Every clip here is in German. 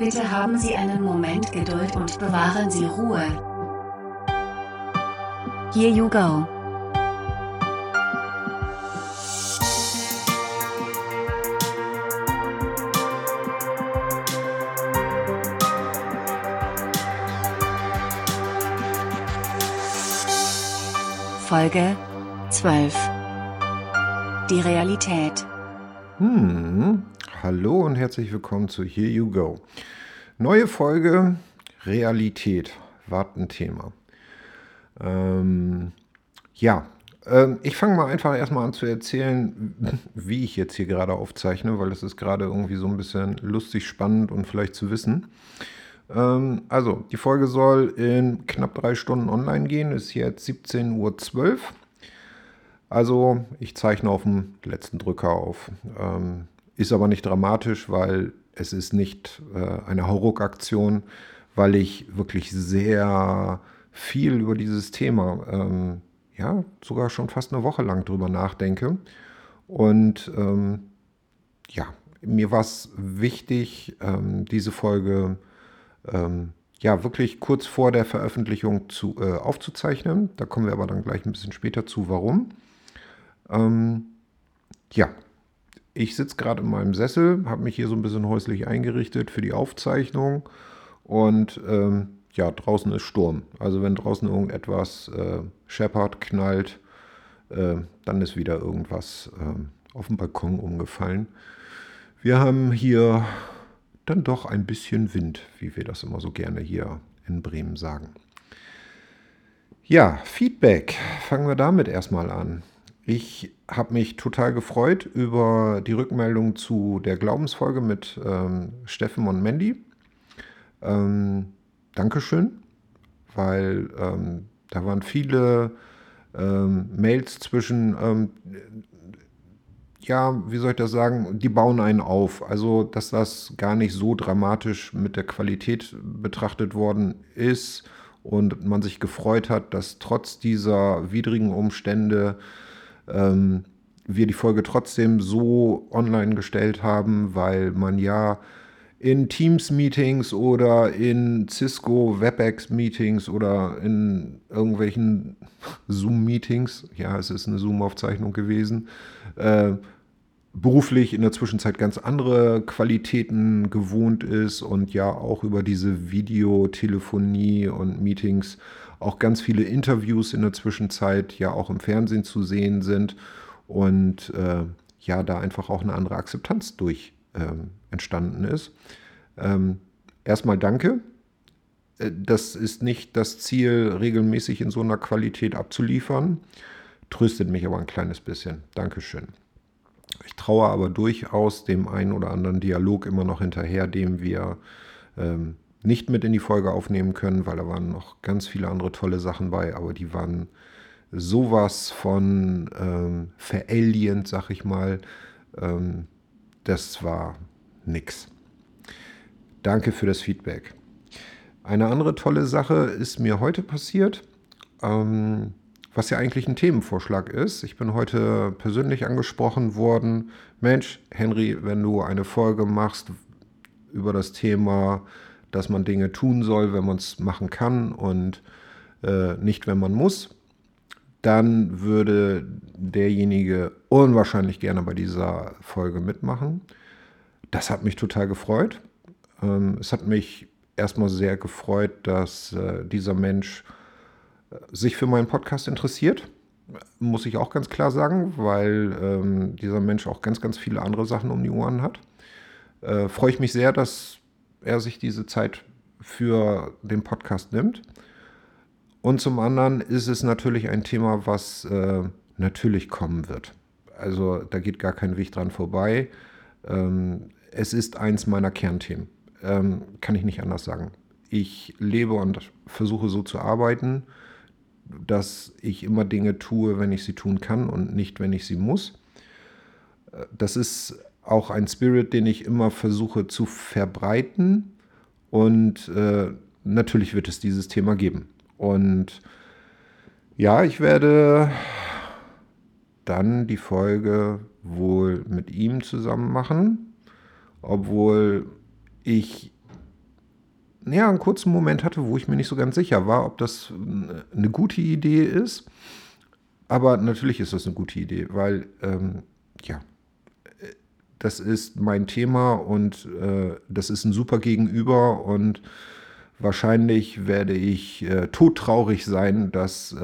Bitte haben Sie einen Moment Geduld und bewahren Sie Ruhe. Here you go. Folge 12. Die Realität. Hallo und herzlich willkommen zu Here You Go. Neue Folge Realität. Wart ein Thema. Ich fange mal einfach erstmal an zu erzählen, wie ich jetzt hier gerade aufzeichne, weil es ist gerade irgendwie so ein bisschen lustig, spannend und vielleicht zu wissen. Die Folge soll in knapp 3 Stunden online gehen, ist jetzt 17:12 Uhr. Also ich zeichne auf dem letzten Drücker auf. Ist aber nicht dramatisch, weil es ist nicht eine Hauruck-Aktion, weil ich wirklich sehr viel über dieses Thema, sogar schon fast eine Woche lang drüber nachdenke. Und mir war es wichtig, diese Folge wirklich kurz vor der Veröffentlichung aufzuzeichnen. Da kommen wir aber dann gleich ein bisschen später zu, warum. Ich sitze gerade in meinem Sessel, habe mich hier so ein bisschen häuslich eingerichtet für die Aufzeichnung und draußen ist Sturm. Also wenn draußen irgendetwas scheppert, knallt, dann ist wieder irgendwas auf dem Balkon umgefallen. Wir haben hier dann doch ein bisschen Wind, wie wir das immer so gerne hier in Bremen sagen. Ja, Feedback. Fangen wir damit erstmal an. Ich habe mich total gefreut über die Rückmeldung zu der Glaubensfolge mit Steffen und Mandy. Dankeschön, weil da waren viele Mails zwischen, wie soll ich das sagen, die bauen einen auf. Also, dass das gar nicht so dramatisch mit der Qualität betrachtet worden ist und man sich gefreut hat, dass trotz dieser widrigen Umstände wir die Folge trotzdem so online gestellt haben, weil man ja in Teams-Meetings oder in Cisco WebEx-Meetings oder in irgendwelchen Zoom-Meetings, ja, es ist eine Zoom-Aufzeichnung gewesen, beruflich in der Zwischenzeit ganz andere Qualitäten gewohnt ist und ja auch über diese Videotelefonie und Meetings auch ganz viele Interviews in der Zwischenzeit ja auch im Fernsehen zu sehen sind und da einfach auch eine andere Akzeptanz durch entstanden ist. Erstmal danke. Das ist nicht das Ziel, regelmäßig in so einer Qualität abzuliefern. Tröstet mich aber ein kleines bisschen. Dankeschön. Ich traue aber durchaus dem einen oder anderen Dialog immer noch hinterher, den wir nicht mit in die Folge aufnehmen können, weil da waren noch ganz viele andere tolle Sachen bei, aber die waren sowas von veralient, sag ich mal. Das war nix. Danke für das Feedback. Eine andere tolle Sache ist mir heute passiert, was ja eigentlich ein Themenvorschlag ist. Ich bin heute persönlich angesprochen worden. Mensch, Henry, wenn du eine Folge machst über das Thema, dass man Dinge tun soll, wenn man es machen kann und nicht, wenn man muss, dann würde derjenige unwahrscheinlich gerne bei dieser Folge mitmachen. Das hat mich total gefreut. Es hat mich erstmal sehr gefreut, dass dieser Mensch sich für meinen Podcast interessiert, muss ich auch ganz klar sagen, weil dieser Mensch auch ganz, ganz viele andere Sachen um die Ohren hat. Freue ich mich sehr, dass er sich diese Zeit für den Podcast nimmt. Und zum anderen ist es natürlich ein Thema, was natürlich kommen wird. Also da geht gar kein Weg dran vorbei. Es ist eins meiner Kernthemen. Kann ich nicht anders sagen. Ich lebe und versuche so zu arbeiten, dass ich immer Dinge tue, wenn ich sie tun kann und nicht, wenn ich sie muss. Das ist auch ein Spirit, den ich immer versuche zu verbreiten. Und natürlich wird es dieses Thema geben. Und ja, ich werde dann die Folge wohl mit ihm zusammen machen, obwohl ich einen kurzen Moment hatte, wo ich mir nicht so ganz sicher war, ob das eine gute Idee ist. Aber natürlich ist das eine gute Idee, weil, das ist mein Thema und das ist ein super Gegenüber und wahrscheinlich werde ich todtraurig sein, dass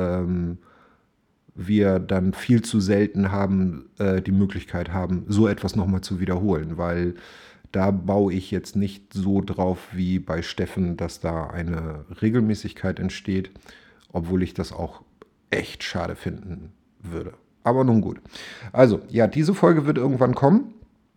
wir dann viel zu selten die Möglichkeit haben, so etwas nochmal zu wiederholen, weil da baue ich jetzt nicht so drauf wie bei Steffen, dass da eine Regelmäßigkeit entsteht, obwohl ich das auch echt schade finden würde. Aber nun gut. Also, ja, diese Folge wird irgendwann kommen.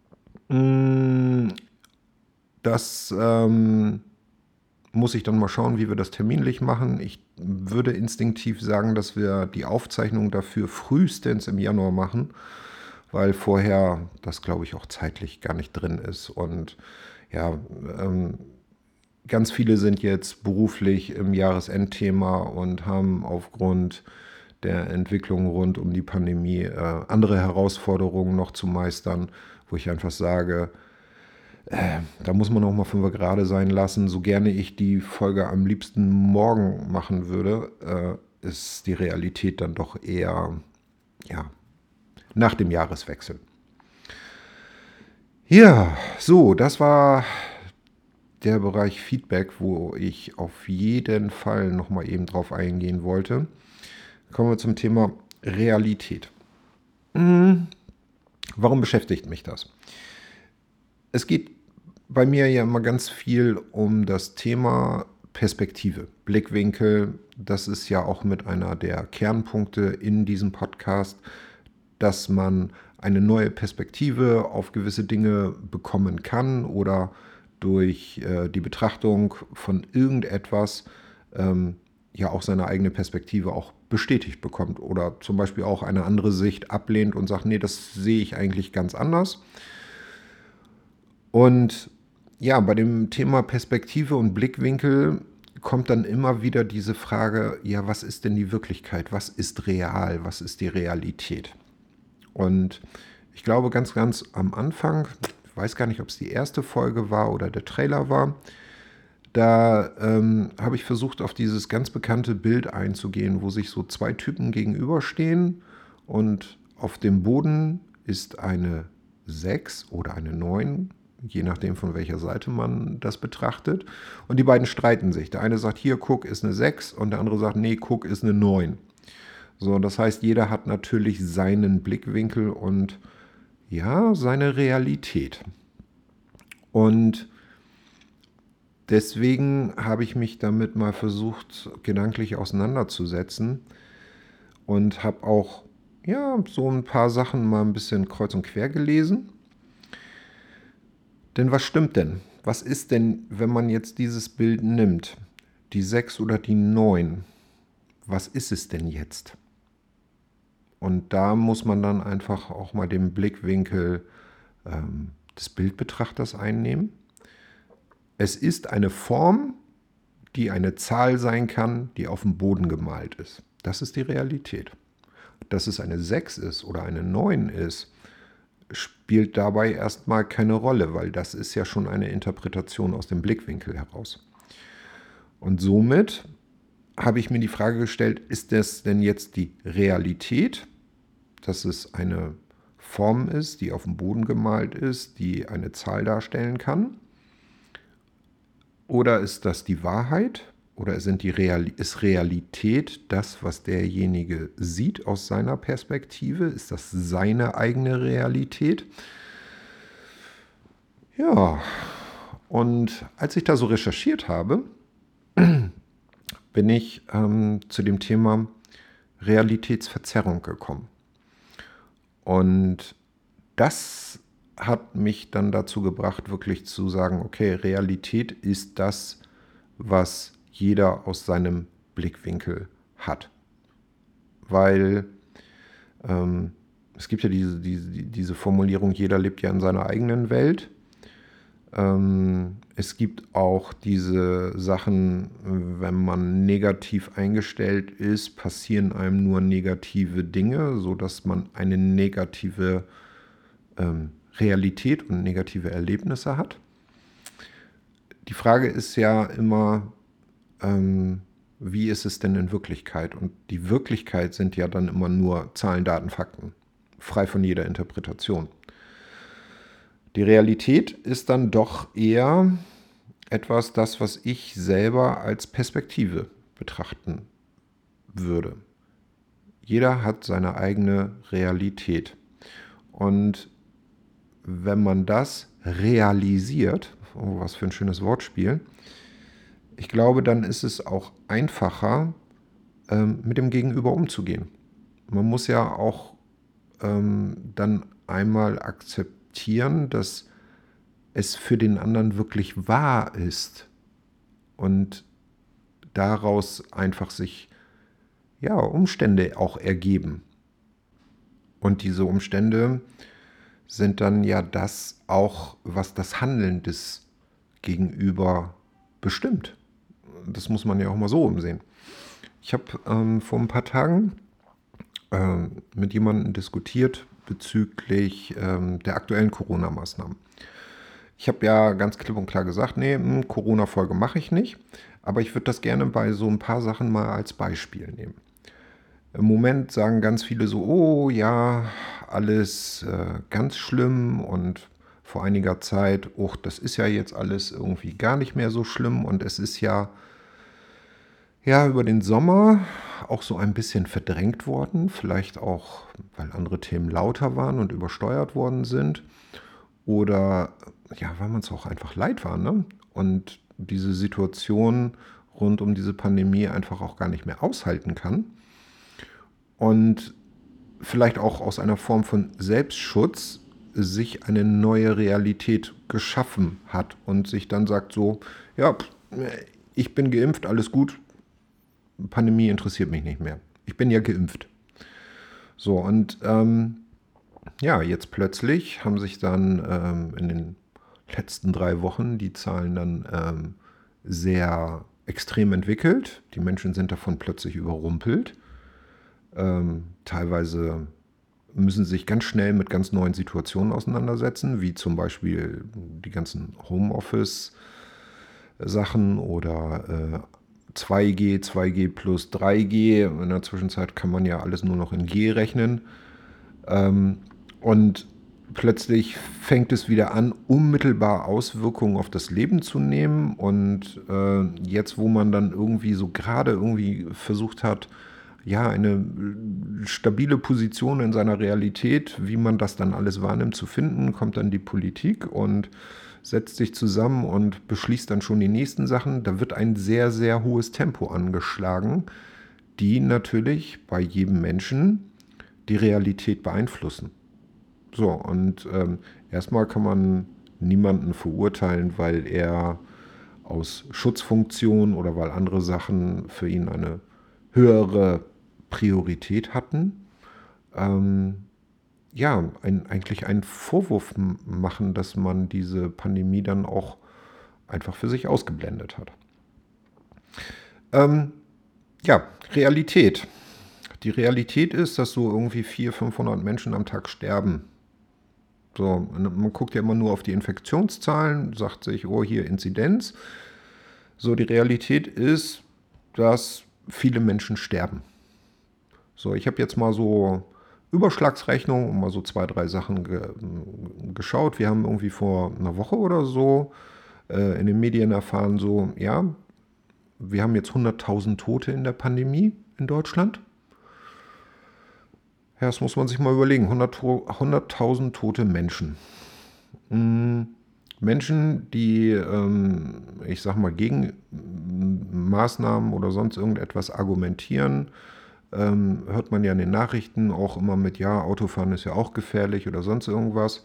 Das muss ich dann mal schauen, wie wir das terminlich machen. Ich würde instinktiv sagen, dass wir die Aufzeichnung dafür frühestens im Januar machen, weil vorher das, glaube ich, auch zeitlich gar nicht drin ist. Und ja, ganz viele sind jetzt beruflich im Jahresendthema und haben aufgrund der Entwicklung rund um die Pandemie andere Herausforderungen noch zu meistern, wo ich einfach sage, da muss man auch mal 5 gerade sein lassen. So gerne ich die Folge am liebsten morgen machen würde, ist die Realität dann doch eher nach dem Jahreswechsel. Ja, so, das war der Bereich Feedback, wo ich auf jeden Fall nochmal eben drauf eingehen wollte. Kommen wir zum Thema Realität. Warum beschäftigt mich das? Es geht bei mir ja immer ganz viel um das Thema Perspektive, Blickwinkel. Das ist ja auch mit einer der Kernpunkte in diesem Podcast, dass man eine neue Perspektive auf gewisse Dinge bekommen kann oder durch die Betrachtung von irgendetwas auch seine eigene Perspektive auch bestätigt bekommt oder zum Beispiel auch eine andere Sicht ablehnt und sagt, nee, das sehe ich eigentlich ganz anders. Und ja, bei dem Thema Perspektive und Blickwinkel kommt dann immer wieder diese Frage, ja, was ist denn die Wirklichkeit? Was ist real? Was ist die Realität? Und ich glaube, ganz am Anfang, ich weiß gar nicht, ob es die erste Folge war oder der Trailer war, da habe ich versucht, auf dieses ganz bekannte Bild einzugehen, wo sich so 2 Typen gegenüberstehen und auf dem Boden ist eine 6 oder eine 9, je nachdem von welcher Seite man das betrachtet. Und die beiden streiten sich. Der eine sagt, hier, guck, ist eine 6 und der andere sagt, nee, guck, ist eine 9. So, das heißt, jeder hat natürlich seinen Blickwinkel und ja, seine Realität. Und deswegen habe ich mich damit mal versucht, gedanklich auseinanderzusetzen und habe auch so ein paar Sachen mal ein bisschen kreuz und quer gelesen. Denn was stimmt denn? Was ist denn, wenn man jetzt dieses Bild nimmt? Die 6 oder die 9? Was ist es denn jetzt? Und da muss man dann einfach auch mal den Blickwinkel des Bildbetrachters einnehmen. Es ist eine Form, die eine Zahl sein kann, die auf dem Boden gemalt ist. Das ist die Realität. Dass es eine 6 ist oder eine 9 ist, spielt dabei erstmal keine Rolle, weil das ist ja schon eine Interpretation aus dem Blickwinkel heraus. Und somit habe ich mir die Frage gestellt, ist das denn jetzt die Realität, dass es eine Form ist, die auf dem Boden gemalt ist, die eine Zahl darstellen kann? Oder ist das die Wahrheit? Oder ist Realität das, was derjenige sieht aus seiner Perspektive? Ist das seine eigene Realität? Ja, und als ich da so recherchiert habe, bin ich zu dem Thema Realitätsverzerrung gekommen. Und das hat mich dann dazu gebracht, wirklich zu sagen, okay, Realität ist das, was jeder aus seinem Blickwinkel hat. Weil es gibt ja diese Formulierung, jeder lebt ja in seiner eigenen Welt. Es gibt auch diese Sachen, wenn man negativ eingestellt ist, passieren einem nur negative Dinge, sodass man eine negative Realität und negative Erlebnisse hat. Die Frage ist ja immer, wie ist es denn in Wirklichkeit? Und die Wirklichkeit sind ja dann immer nur Zahlen, Daten, Fakten, frei von jeder Interpretation. Die Realität ist dann doch eher etwas, das, was ich selber als Perspektive betrachten würde. Jeder hat seine eigene Realität. Und wenn man das realisiert, oh, was für ein schönes Wortspiel, ich glaube, dann ist es auch einfacher, mit dem Gegenüber umzugehen. Man muss ja auch dann einmal akzeptieren, dass es für den anderen wirklich wahr ist und daraus einfach sich Umstände auch ergeben. Und diese Umstände sind dann ja das auch, was das Handeln des Gegenüber bestimmt. Das muss man ja auch mal so umsehen. Ich habe vor ein paar Tagen mit jemandem diskutiert bezüglich der aktuellen Corona-Maßnahmen. Ich habe ja ganz klipp und klar gesagt, nee, Corona-Folge mache ich nicht, aber ich würde das gerne bei so ein paar Sachen mal als Beispiel nehmen. Im Moment sagen ganz viele so, oh ja, alles ganz schlimm und vor einiger Zeit, oh, das ist ja jetzt alles irgendwie gar nicht mehr so schlimm und es ist ja über den Sommer auch so ein bisschen verdrängt worden, vielleicht auch, weil andere Themen lauter waren und übersteuert worden sind oder weil man es auch einfach leid war, ne? Und diese Situation rund um diese Pandemie einfach auch gar nicht mehr aushalten kann. Und vielleicht auch aus einer Form von Selbstschutz sich eine neue Realität geschaffen hat und sich dann sagt so, ja, ich bin geimpft, alles gut, Pandemie interessiert mich nicht mehr. Ich bin ja geimpft. So, und jetzt plötzlich haben sich dann in den letzten 3 Wochen die Zahlen dann sehr extrem entwickelt. Die Menschen sind davon plötzlich überrumpelt. Teilweise müssen sich ganz schnell mit ganz neuen Situationen auseinandersetzen, wie zum Beispiel die ganzen Homeoffice-Sachen oder 2G, 2G plus 3G. In der Zwischenzeit kann man ja alles nur noch in G rechnen. Und plötzlich fängt es wieder an, unmittelbar Auswirkungen auf das Leben zu nehmen. Und jetzt, wo man dann irgendwie so gerade irgendwie versucht hat, eine stabile Position in seiner Realität, wie man das dann alles wahrnimmt, zu finden, kommt dann die Politik und setzt sich zusammen und beschließt dann schon die nächsten Sachen. Da wird ein sehr, sehr hohes Tempo angeschlagen, die natürlich bei jedem Menschen die Realität beeinflussen. So, und erstmal kann man niemanden verurteilen, weil er aus Schutzfunktion oder weil andere Sachen für ihn eine höhere Priorität hatten, eigentlich einen Vorwurf machen, dass man diese Pandemie dann auch einfach für sich ausgeblendet hat. Realität. Die Realität ist, dass so irgendwie 400-500 Menschen am Tag sterben. So, man guckt ja immer nur auf die Infektionszahlen, sagt sich, oh, hier Inzidenz. So, die Realität ist, dass viele Menschen sterben. So, ich habe jetzt mal so Überschlagsrechnung und mal so 2, 3 Sachen geschaut. Wir haben irgendwie vor einer Woche oder so in den Medien erfahren, so, ja, wir haben jetzt 100.000 Tote in der Pandemie in Deutschland. Ja, das muss man sich mal überlegen. 100.000 tote Menschen. Menschen, die, gegen Maßnahmen oder sonst irgendetwas argumentieren, hört man ja in den Nachrichten auch immer mit, ja, Autofahren ist ja auch gefährlich oder sonst irgendwas.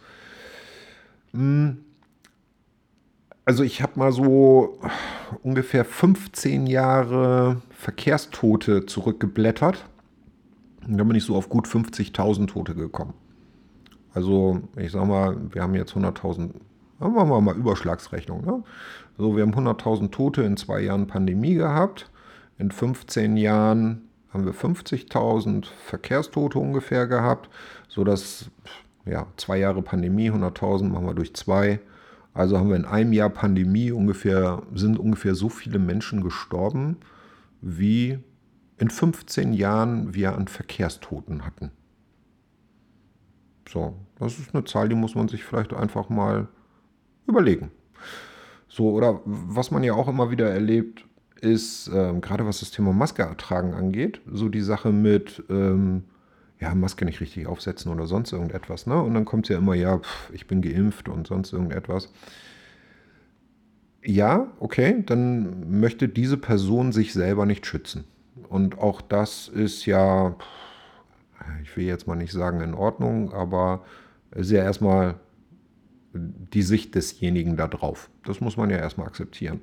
Also ich habe mal so ungefähr 15 Jahre Verkehrstote zurückgeblättert. Und da bin ich so auf gut 50.000 Tote gekommen. Also ich sag mal, wir haben jetzt 100.000, machen wir mal Überschlagsrechnung. Ne? So, wir haben 100.000 Tote in 2 Jahren Pandemie gehabt. In 15 Jahren haben wir 50.000 Verkehrstote ungefähr gehabt, sodass 2 Jahre Pandemie, 100.000 machen wir durch 2, Also haben wir in einem Jahr Pandemie sind ungefähr so viele Menschen gestorben, wie in 15 Jahren wir an Verkehrstoten hatten. So, das ist eine Zahl, die muss man sich vielleicht einfach mal überlegen. So, oder was man ja auch immer wieder erlebt, ist, gerade was das Thema Maske ertragen angeht, so die Sache mit, ja, Maske nicht richtig aufsetzen oder sonst irgendetwas, ne? Und dann kommt ja immer, ja, ich bin geimpft und sonst irgendetwas. Ja, okay, dann möchte diese Person sich selber nicht schützen. Und auch das ist ja, ich will jetzt mal nicht sagen in Ordnung, aber ist ja erstmal die Sicht desjenigen da drauf. Das muss man ja erstmal akzeptieren.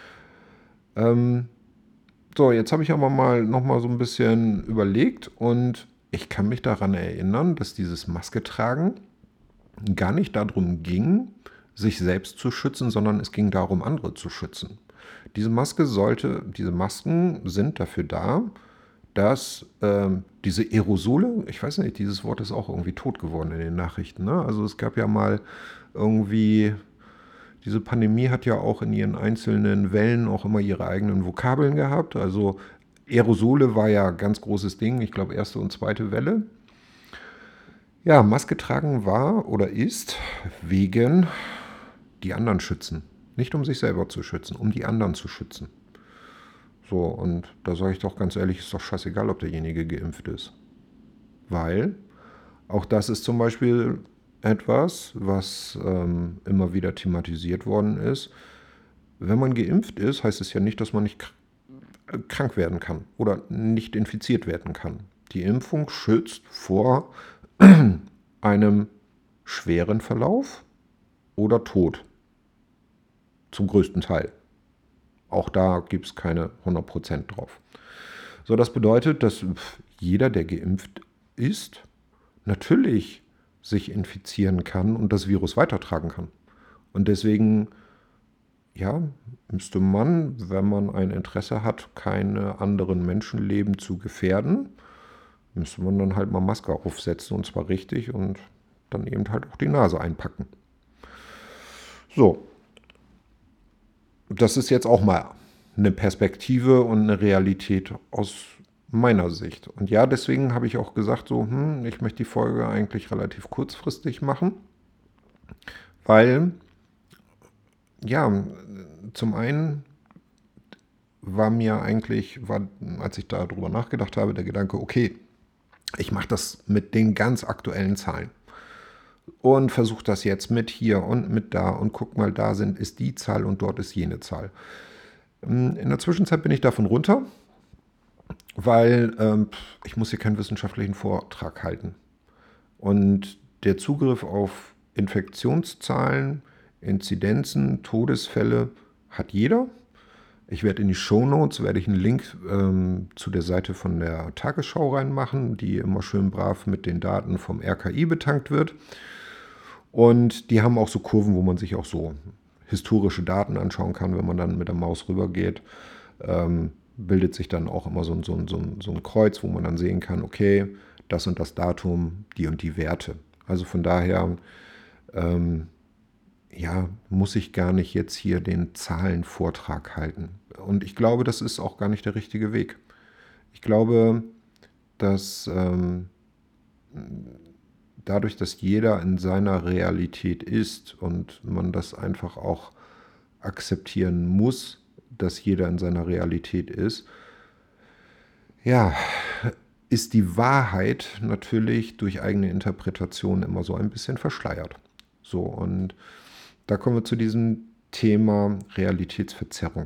So, jetzt habe ich aber mal nochmal so ein bisschen überlegt und ich kann mich daran erinnern, dass dieses Maske tragen gar nicht darum ging, sich selbst zu schützen, sondern es ging darum, andere zu schützen. Diese Masken sind dafür da, dass diese Aerosole, ich weiß nicht, dieses Wort ist auch irgendwie tot geworden in den Nachrichten. Ne? Also es gab ja mal irgendwie, diese Pandemie hat ja auch in ihren einzelnen Wellen auch immer ihre eigenen Vokabeln gehabt. Also Aerosole war ja ganz großes Ding, ich glaube erste und zweite Welle. Ja, Maske tragen war oder ist wegen die anderen schützen. Nicht um sich selber zu schützen, um die anderen zu schützen. So, und da sage ich doch ganz ehrlich, ist doch scheißegal, ob derjenige geimpft ist. Weil auch das ist zum Beispiel etwas, was immer wieder thematisiert worden ist. Wenn man geimpft ist, heißt es ja nicht, dass man nicht krank werden kann oder nicht infiziert werden kann. Die Impfung schützt vor einem schweren Verlauf oder Tod. Zum größten Teil. Auch da gibt es keine 100% drauf. So, das bedeutet, dass jeder, der geimpft ist, natürlich sich infizieren kann und das Virus weitertragen kann. Und deswegen, ja, müsste man, wenn man ein Interesse hat, keine anderen Menschenleben zu gefährden, müsste man dann halt mal Maske aufsetzen und zwar richtig und dann eben halt auch die Nase einpacken. So, das ist jetzt auch mal eine Perspektive und eine Realität aus meiner Sicht. Und ja, deswegen habe ich auch gesagt, so, ich möchte die Folge eigentlich relativ kurzfristig machen, weil, ja, zum einen als ich darüber nachgedacht habe, der Gedanke, okay, ich mache das mit den ganz aktuellen Zahlen und versuche das jetzt mit hier und mit da und guck mal, da ist die Zahl und dort ist jene Zahl. In der Zwischenzeit bin ich davon runter, weil ich muss hier keinen wissenschaftlichen Vortrag halten. Und der Zugriff auf Infektionszahlen, Inzidenzen, Todesfälle hat jeder. Ich werde in die Shownotes einen Link zu der Seite von der Tagesschau reinmachen, die immer schön brav mit den Daten vom RKI betankt wird. Und die haben auch so Kurven, wo man sich auch so historische Daten anschauen kann, wenn man dann mit der Maus rübergeht. Bildet sich dann auch immer so ein Kreuz, wo man dann sehen kann, okay, das und das Datum, die und die Werte. Also von daher, ja, muss ich gar nicht jetzt hier den Zahlenvortrag halten. Und ich glaube, das ist auch gar nicht der richtige Weg. Ich glaube, dass dadurch, dass jeder in seiner Realität ist und man das einfach auch akzeptieren muss, dass jeder in seiner Realität ist, ja, ist die Wahrheit natürlich durch eigene Interpretation immer so ein bisschen verschleiert. So, und da kommen wir zu diesem Thema Realitätsverzerrung.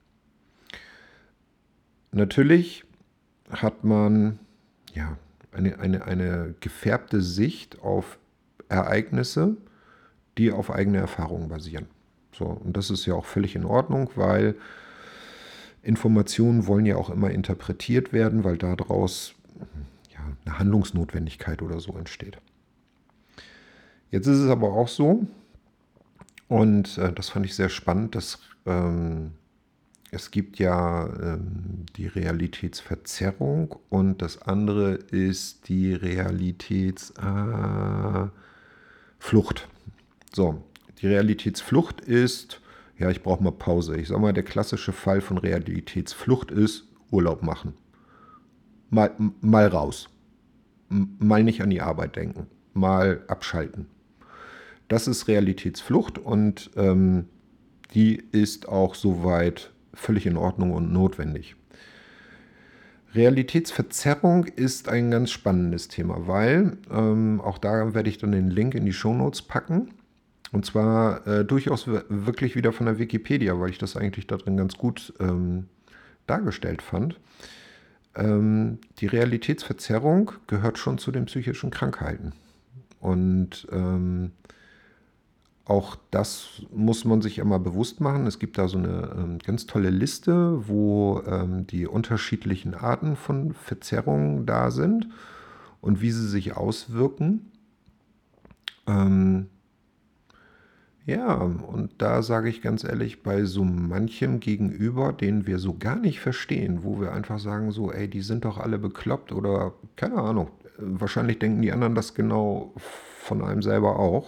Natürlich hat man ja eine gefärbte Sicht auf Ereignisse, die auf eigene Erfahrungen basieren. So, und das ist ja auch völlig in Ordnung, weil Informationen wollen ja auch immer interpretiert werden, weil daraus ja, eine Handlungsnotwendigkeit oder so entsteht. Jetzt ist es aber auch so, und das fand ich sehr spannend, dass es gibt ja die Realitätsverzerrung und das andere ist die Realitätsflucht. So, Die Realitätsflucht ist, ja, ich brauche mal Pause. Ich sage mal, der klassische Fall von Realitätsflucht ist Urlaub machen. Mal raus. Mal nicht an die Arbeit denken. Mal abschalten. Das ist Realitätsflucht und die ist auch soweit völlig in Ordnung und notwendig. Realitätsverzerrung ist ein ganz spannendes Thema, weil auch da werde ich dann den Link in die Shownotes packen. Und zwar durchaus wirklich wieder von der Wikipedia, weil ich das eigentlich da drin ganz gut dargestellt fand. Die Realitätsverzerrung gehört schon zu den psychischen Krankheiten. Und auch das muss man sich immer bewusst machen. Es gibt da so eine ganz tolle Liste, wo die unterschiedlichen Arten von Verzerrungen da sind und wie sie sich auswirken. Ja, und da sage ich ganz ehrlich, bei so manchem Gegenüber, den wir so gar nicht verstehen, wo wir einfach sagen so, ey, die sind doch alle bekloppt oder keine Ahnung, wahrscheinlich denken die anderen das genau von einem selber auch.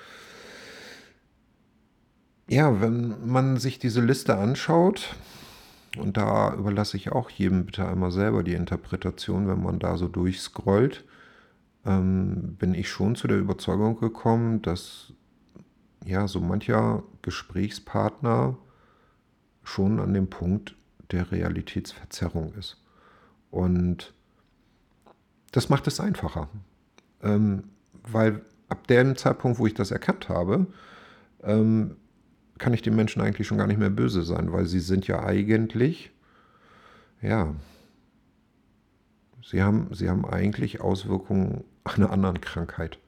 Ja, wenn man sich diese Liste anschaut, und da überlasse ich auch jedem bitte einmal selber die Interpretation, wenn man da so durchscrollt, bin ich schon zu der Überzeugung gekommen, dass ja so mancher Gesprächspartner schon an dem Punkt der Realitätsverzerrung ist. Und das macht es einfacher. Weil ab dem Zeitpunkt, wo ich das erkannt habe, kann ich den Menschen eigentlich schon gar nicht mehr böse sein, weil sie sind ja eigentlich, ja, sie haben eigentlich Auswirkungen einer anderen Krankheit.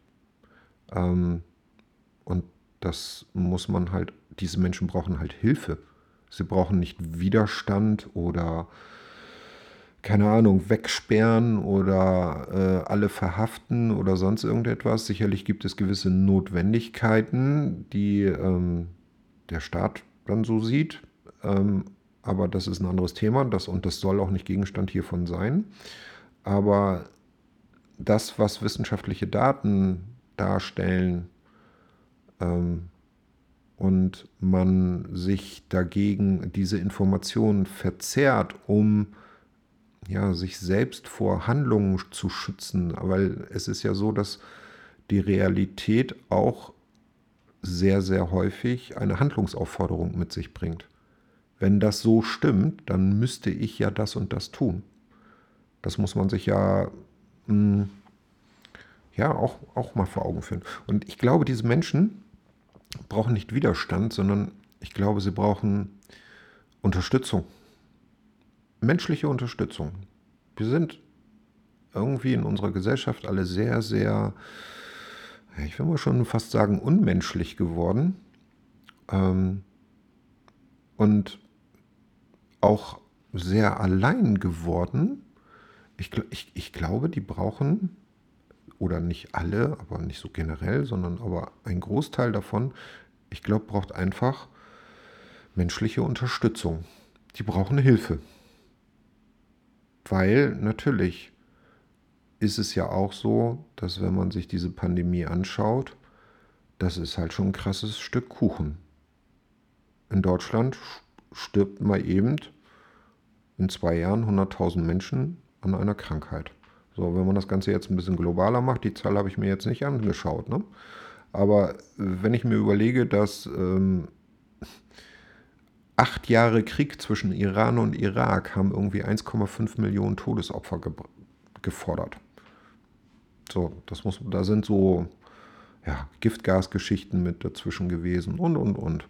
Und das muss man halt, diese Menschen brauchen halt Hilfe. Sie brauchen nicht Widerstand oder, keine Ahnung, wegsperren oder alle verhaften oder sonst irgendetwas. Sicherlich gibt es gewisse Notwendigkeiten, die der Staat dann so sieht. Aber das ist ein anderes Thema und das soll auch nicht Gegenstand hiervon sein. Aber das, was wissenschaftliche Daten darstellen, und man sich dagegen diese Informationen verzerrt, um ja, sich selbst vor Handlungen zu schützen. Weil es ist ja so, dass die Realität auch sehr, sehr häufig eine Handlungsaufforderung mit sich bringt. Wenn das so stimmt, dann müsste ich ja das und das tun. Das muss man sich ja auch mal vor Augen führen. Und ich glaube, diese Menschen brauchen nicht Widerstand, sondern ich glaube, sie brauchen Unterstützung. Menschliche Unterstützung. Wir sind irgendwie in unserer Gesellschaft alle sehr, sehr, ich will mal schon fast sagen, unmenschlich geworden. Und auch sehr allein geworden. Ich glaube, die brauchen, oder nicht alle, aber nicht so generell, sondern aber ein Großteil davon, ich glaube, braucht einfach menschliche Unterstützung. Die brauchen Hilfe. Weil natürlich ist es ja auch so, dass wenn man sich diese Pandemie anschaut, das ist halt schon ein krasses Stück Kuchen. In Deutschland stirbt mal eben in 2 Jahren 100.000 Menschen an einer Krankheit. So, wenn man das Ganze jetzt ein bisschen globaler macht, die Zahl habe ich mir jetzt nicht angeschaut, ne? Aber wenn ich mir überlege, dass 8 Jahre Krieg zwischen Iran und Irak haben irgendwie 1,5 Millionen Todesopfer gefordert. So, da sind so ja, Giftgasgeschichten mit dazwischen gewesen und.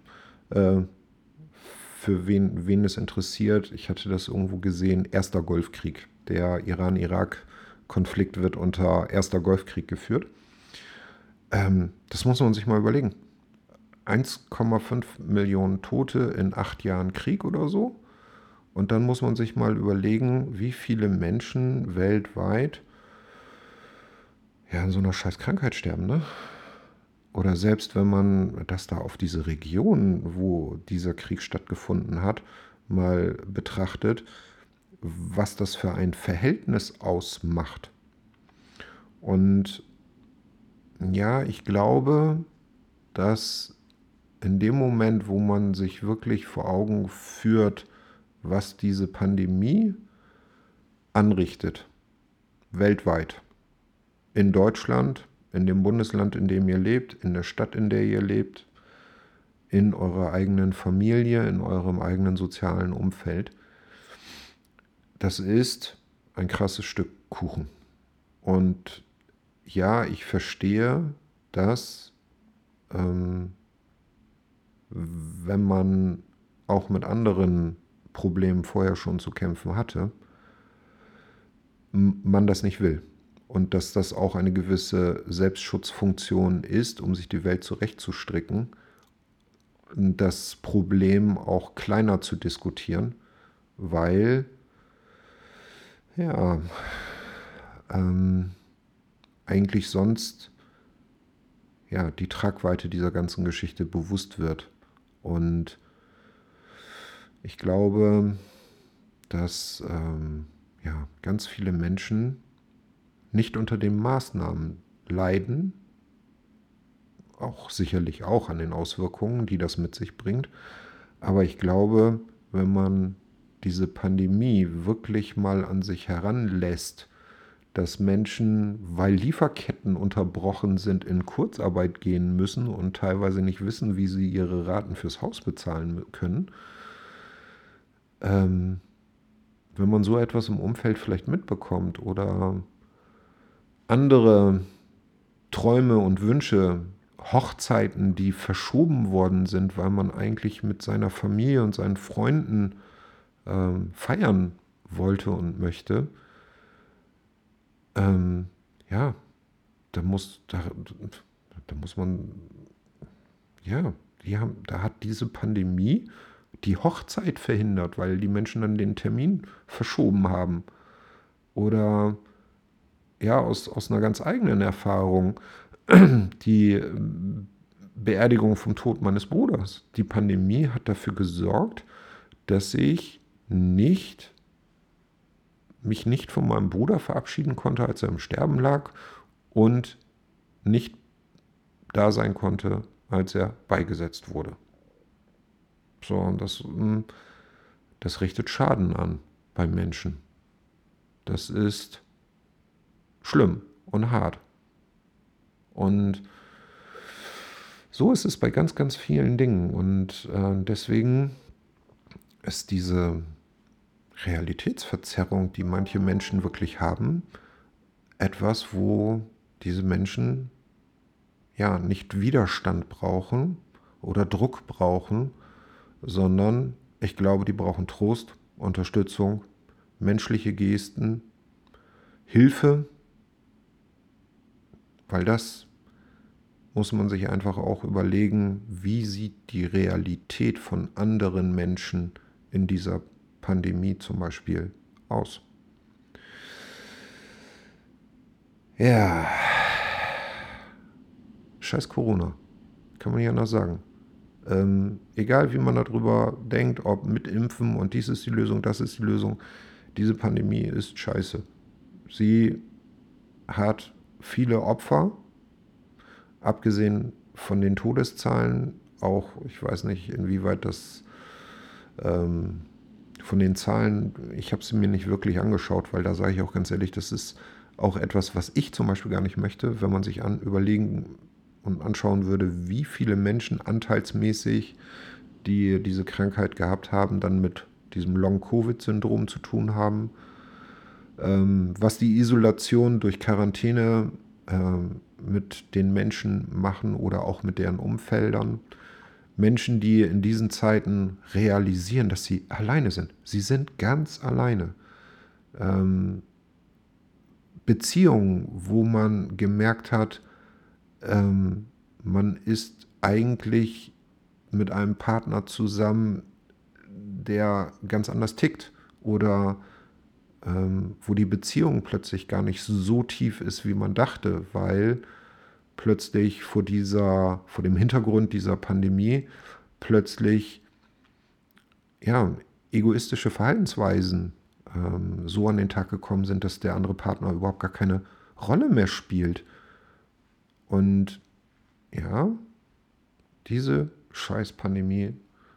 Für wen es interessiert, ich hatte das irgendwo gesehen, Erster Golfkrieg. Der Iran-Irak-Konflikt wird unter Erster Golfkrieg geführt. Das muss man sich mal überlegen. 1,5 Millionen Tote in 8 Jahren Krieg oder so. Und dann muss man sich mal überlegen, wie viele Menschen weltweit ja, an so einer scheiß Krankheit sterben, ne? Oder selbst wenn man das da auf diese Region, wo dieser Krieg stattgefunden hat, mal betrachtet, was das für ein Verhältnis ausmacht. Und ja, ich glaube, dass in dem Moment, wo man sich wirklich vor Augen führt, was diese Pandemie anrichtet, weltweit, in Deutschland, in dem Bundesland, in dem ihr lebt, in der Stadt, in der ihr lebt, in eurer eigenen Familie, in eurem eigenen sozialen Umfeld, das ist ein krasses Stück Kuchen. Und ja, ich verstehe, dass wenn man auch mit anderen Problemen vorher schon zu kämpfen hatte, man das nicht will. Und dass das auch eine gewisse Selbstschutzfunktion ist, um sich die Welt zurechtzustricken, das Problem auch kleiner zu diskutieren, weil ja eigentlich sonst ja die Tragweite dieser ganzen Geschichte bewusst wird. Und ich glaube, dass ja, ganz viele Menschen nicht unter den Maßnahmen leiden, auch sicherlich auch an den Auswirkungen, die das mit sich bringt. Aber ich glaube, wenn man diese Pandemie wirklich mal an sich heranlässt, dass Menschen, weil Lieferketten unterbrochen sind, in Kurzarbeit gehen müssen und teilweise nicht wissen, wie sie ihre Raten fürs Haus bezahlen können, wenn man so etwas im Umfeld vielleicht mitbekommt oder andere Träume und Wünsche, Hochzeiten, die verschoben worden sind, weil man eigentlich mit seiner Familie und seinen Freunden feiern wollte und möchte, ja, da muss man, ja, da hat diese Pandemie die Hochzeit verhindert, weil die Menschen dann den Termin verschoben haben. Oder ja, aus einer ganz eigenen Erfahrung, die Beerdigung vom Tod meines Bruders. Die Pandemie hat dafür gesorgt, dass ich mich nicht von meinem Bruder verabschieden konnte, als er im Sterben lag, und nicht da sein konnte, als er beigesetzt wurde. So, und das richtet Schaden an beim Menschen. Das ist schlimm und hart. Und so ist es bei ganz, ganz vielen Dingen. Und deswegen ist diese Realitätsverzerrung, die manche Menschen wirklich haben, etwas, wo diese Menschen ja nicht Widerstand brauchen oder Druck brauchen, sondern ich glaube, die brauchen Trost, Unterstützung, menschliche Gesten, Hilfe, weil das muss man sich einfach auch überlegen, wie sieht die Realität von anderen Menschen in dieser Pandemie zum Beispiel aus. Ja, scheiß Corona, kann man nicht anders sagen. Egal wie man darüber denkt, ob mit Impfen und dies ist die Lösung, das ist die Lösung, diese Pandemie ist scheiße. Sie hat viele Opfer, abgesehen von den Todeszahlen, auch, ich weiß nicht, inwieweit das von den Zahlen, ich habe sie mir nicht wirklich angeschaut, weil da sage ich auch ganz ehrlich, das ist auch etwas, was ich zum Beispiel gar nicht möchte, wenn man sich überlegen und anschauen würde, wie viele Menschen anteilsmäßig, die diese Krankheit gehabt haben, dann mit diesem Long-Covid-Syndrom zu tun haben, was die Isolation durch Quarantäne mit den Menschen machen oder auch mit deren Umfeldern. Menschen, die in diesen Zeiten realisieren, dass sie alleine sind. Sie sind ganz alleine. Beziehungen, wo man gemerkt hat, man ist eigentlich mit einem Partner zusammen, der ganz anders tickt oder wo die Beziehung plötzlich gar nicht so tief ist, wie man dachte, weil plötzlich vor dem Hintergrund dieser Pandemie plötzlich ja, egoistische Verhaltensweisen so an den Tag gekommen sind, dass der andere Partner überhaupt gar keine Rolle mehr spielt. Und ja, diese scheiß Pandemie,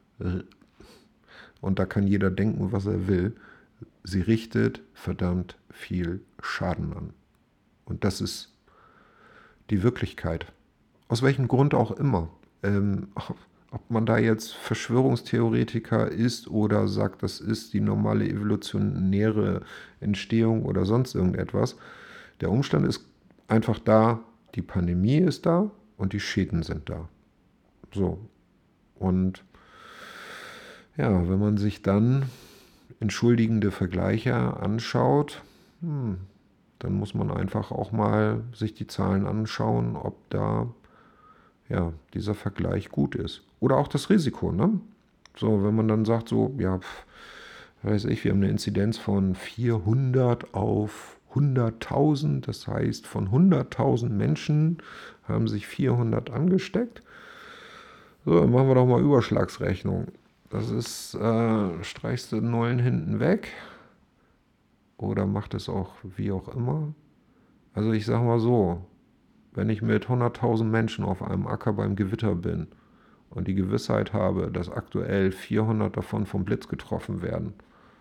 und da kann jeder denken, was er will, sie richtet verdammt viel Schaden an. Und das ist die Wirklichkeit. Aus welchem Grund auch immer. Ob man da jetzt Verschwörungstheoretiker ist oder sagt, das ist die normale evolutionäre Entstehung oder sonst irgendetwas. Der Umstand ist einfach da, die Pandemie ist da und die Schäden sind da. So. Und ja, wenn man sich dann entschuldigende Vergleiche anschaut, dann muss man einfach auch mal sich die Zahlen anschauen, ob da dieser Vergleich gut ist. Oder auch das Risiko, ne? So, wenn man dann sagt, so, ja, weiß ich, wir haben eine Inzidenz von 400 auf 100.000, das heißt, von 100.000 Menschen haben sich 400 angesteckt. So, dann machen wir doch mal Überschlagsrechnung. Das ist, streichst du Nullen hinten weg oder macht es auch wie auch immer. Also ich sag mal so, wenn ich mit 100.000 Menschen auf einem Acker beim Gewitter bin und die Gewissheit habe, dass aktuell 400 davon vom Blitz getroffen werden,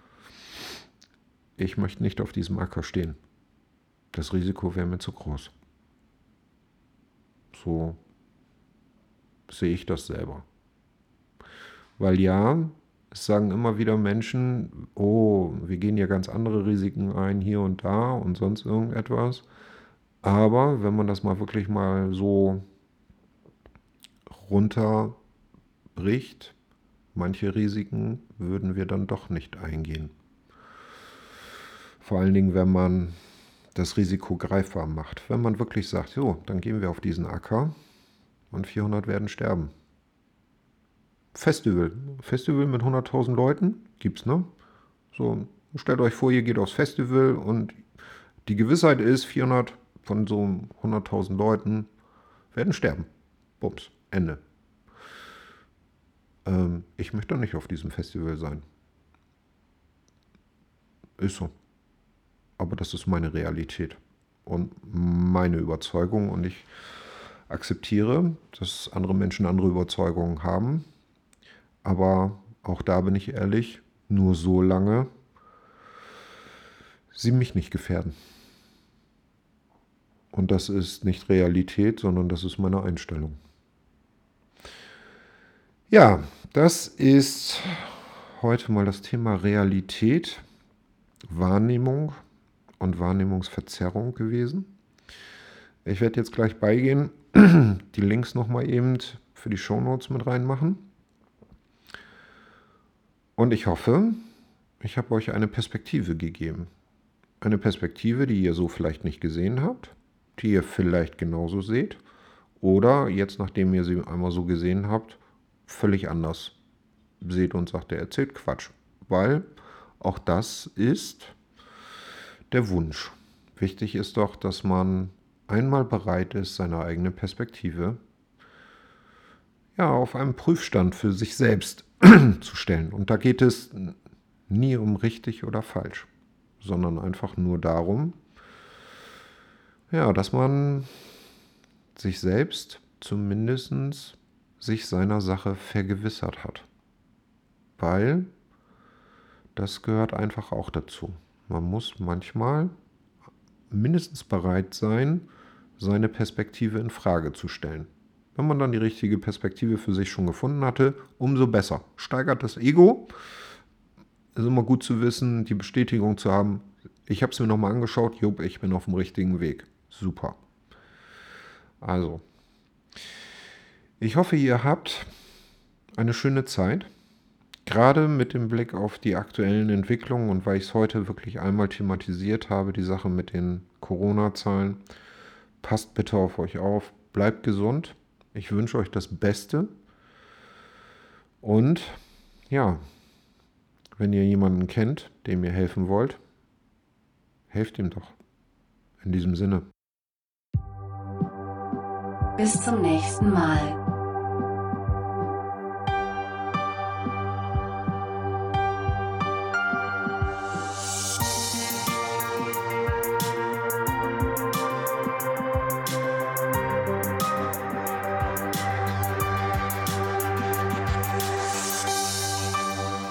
ich möchte nicht auf diesem Acker stehen. Das Risiko wäre mir zu groß. So sehe ich das selber. Weil ja, es sagen immer wieder Menschen, oh, wir gehen ja ganz andere Risiken ein, hier und da und sonst irgendetwas. Aber wenn man das mal wirklich mal so runterbricht, manche Risiken würden wir dann doch nicht eingehen. Vor allen Dingen, wenn man das Risiko greifbar macht. Wenn man wirklich sagt, so, dann gehen wir auf diesen Acker und 400 werden sterben. Festival mit 100.000 Leuten gibt's, ne? So, stellt euch vor, ihr geht aufs Festival und die Gewissheit ist, 400 von so 100.000 Leuten werden sterben. Bums, Ende. Ich möchte nicht auf diesem Festival sein. Ist so. Aber das ist meine Realität und meine Überzeugung und ich akzeptiere, dass andere Menschen andere Überzeugungen haben. Aber auch da bin ich ehrlich, nur so lange sie mich nicht gefährden. Und das ist nicht Realität, sondern das ist meine Einstellung. Ja, das ist heute mal das Thema Realität, Wahrnehmung und Wahrnehmungsverzerrung gewesen. Ich werde jetzt gleich beigehen, die Links nochmal eben für die Shownotes mit reinmachen. Und ich hoffe, ich habe euch eine Perspektive gegeben. Eine Perspektive, die ihr so vielleicht nicht gesehen habt, die ihr vielleicht genauso seht oder jetzt, nachdem ihr sie einmal so gesehen habt, völlig anders seht und sagt, der erzählt Quatsch. Weil auch das ist der Wunsch. Wichtig ist doch, dass man einmal bereit ist, seine eigene Perspektive auf einen Prüfstand für sich selbst zu stellen. Und da geht es nie um richtig oder falsch, sondern einfach nur darum, dass man sich selbst zumindest sich seiner Sache vergewissert hat. Weil das gehört einfach auch dazu. Man muss manchmal mindestens bereit sein, seine Perspektive in Frage zu stellen. Wenn man dann die richtige Perspektive für sich schon gefunden hatte, umso besser. Steigert das Ego. Ist immer gut zu wissen, die Bestätigung zu haben. Ich habe es mir nochmal angeschaut. Jupp, ich bin auf dem richtigen Weg. Super. Also, ich hoffe, ihr habt eine schöne Zeit. Gerade mit dem Blick auf die aktuellen Entwicklungen und weil ich es heute wirklich einmal thematisiert habe, die Sache mit den Corona-Zahlen. Passt bitte auf euch auf. Bleibt gesund. Ich wünsche euch das Beste. Und wenn ihr jemanden kennt, dem ihr helfen wollt, helft ihm doch. In diesem Sinne. Bis zum nächsten Mal.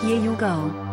Here you go.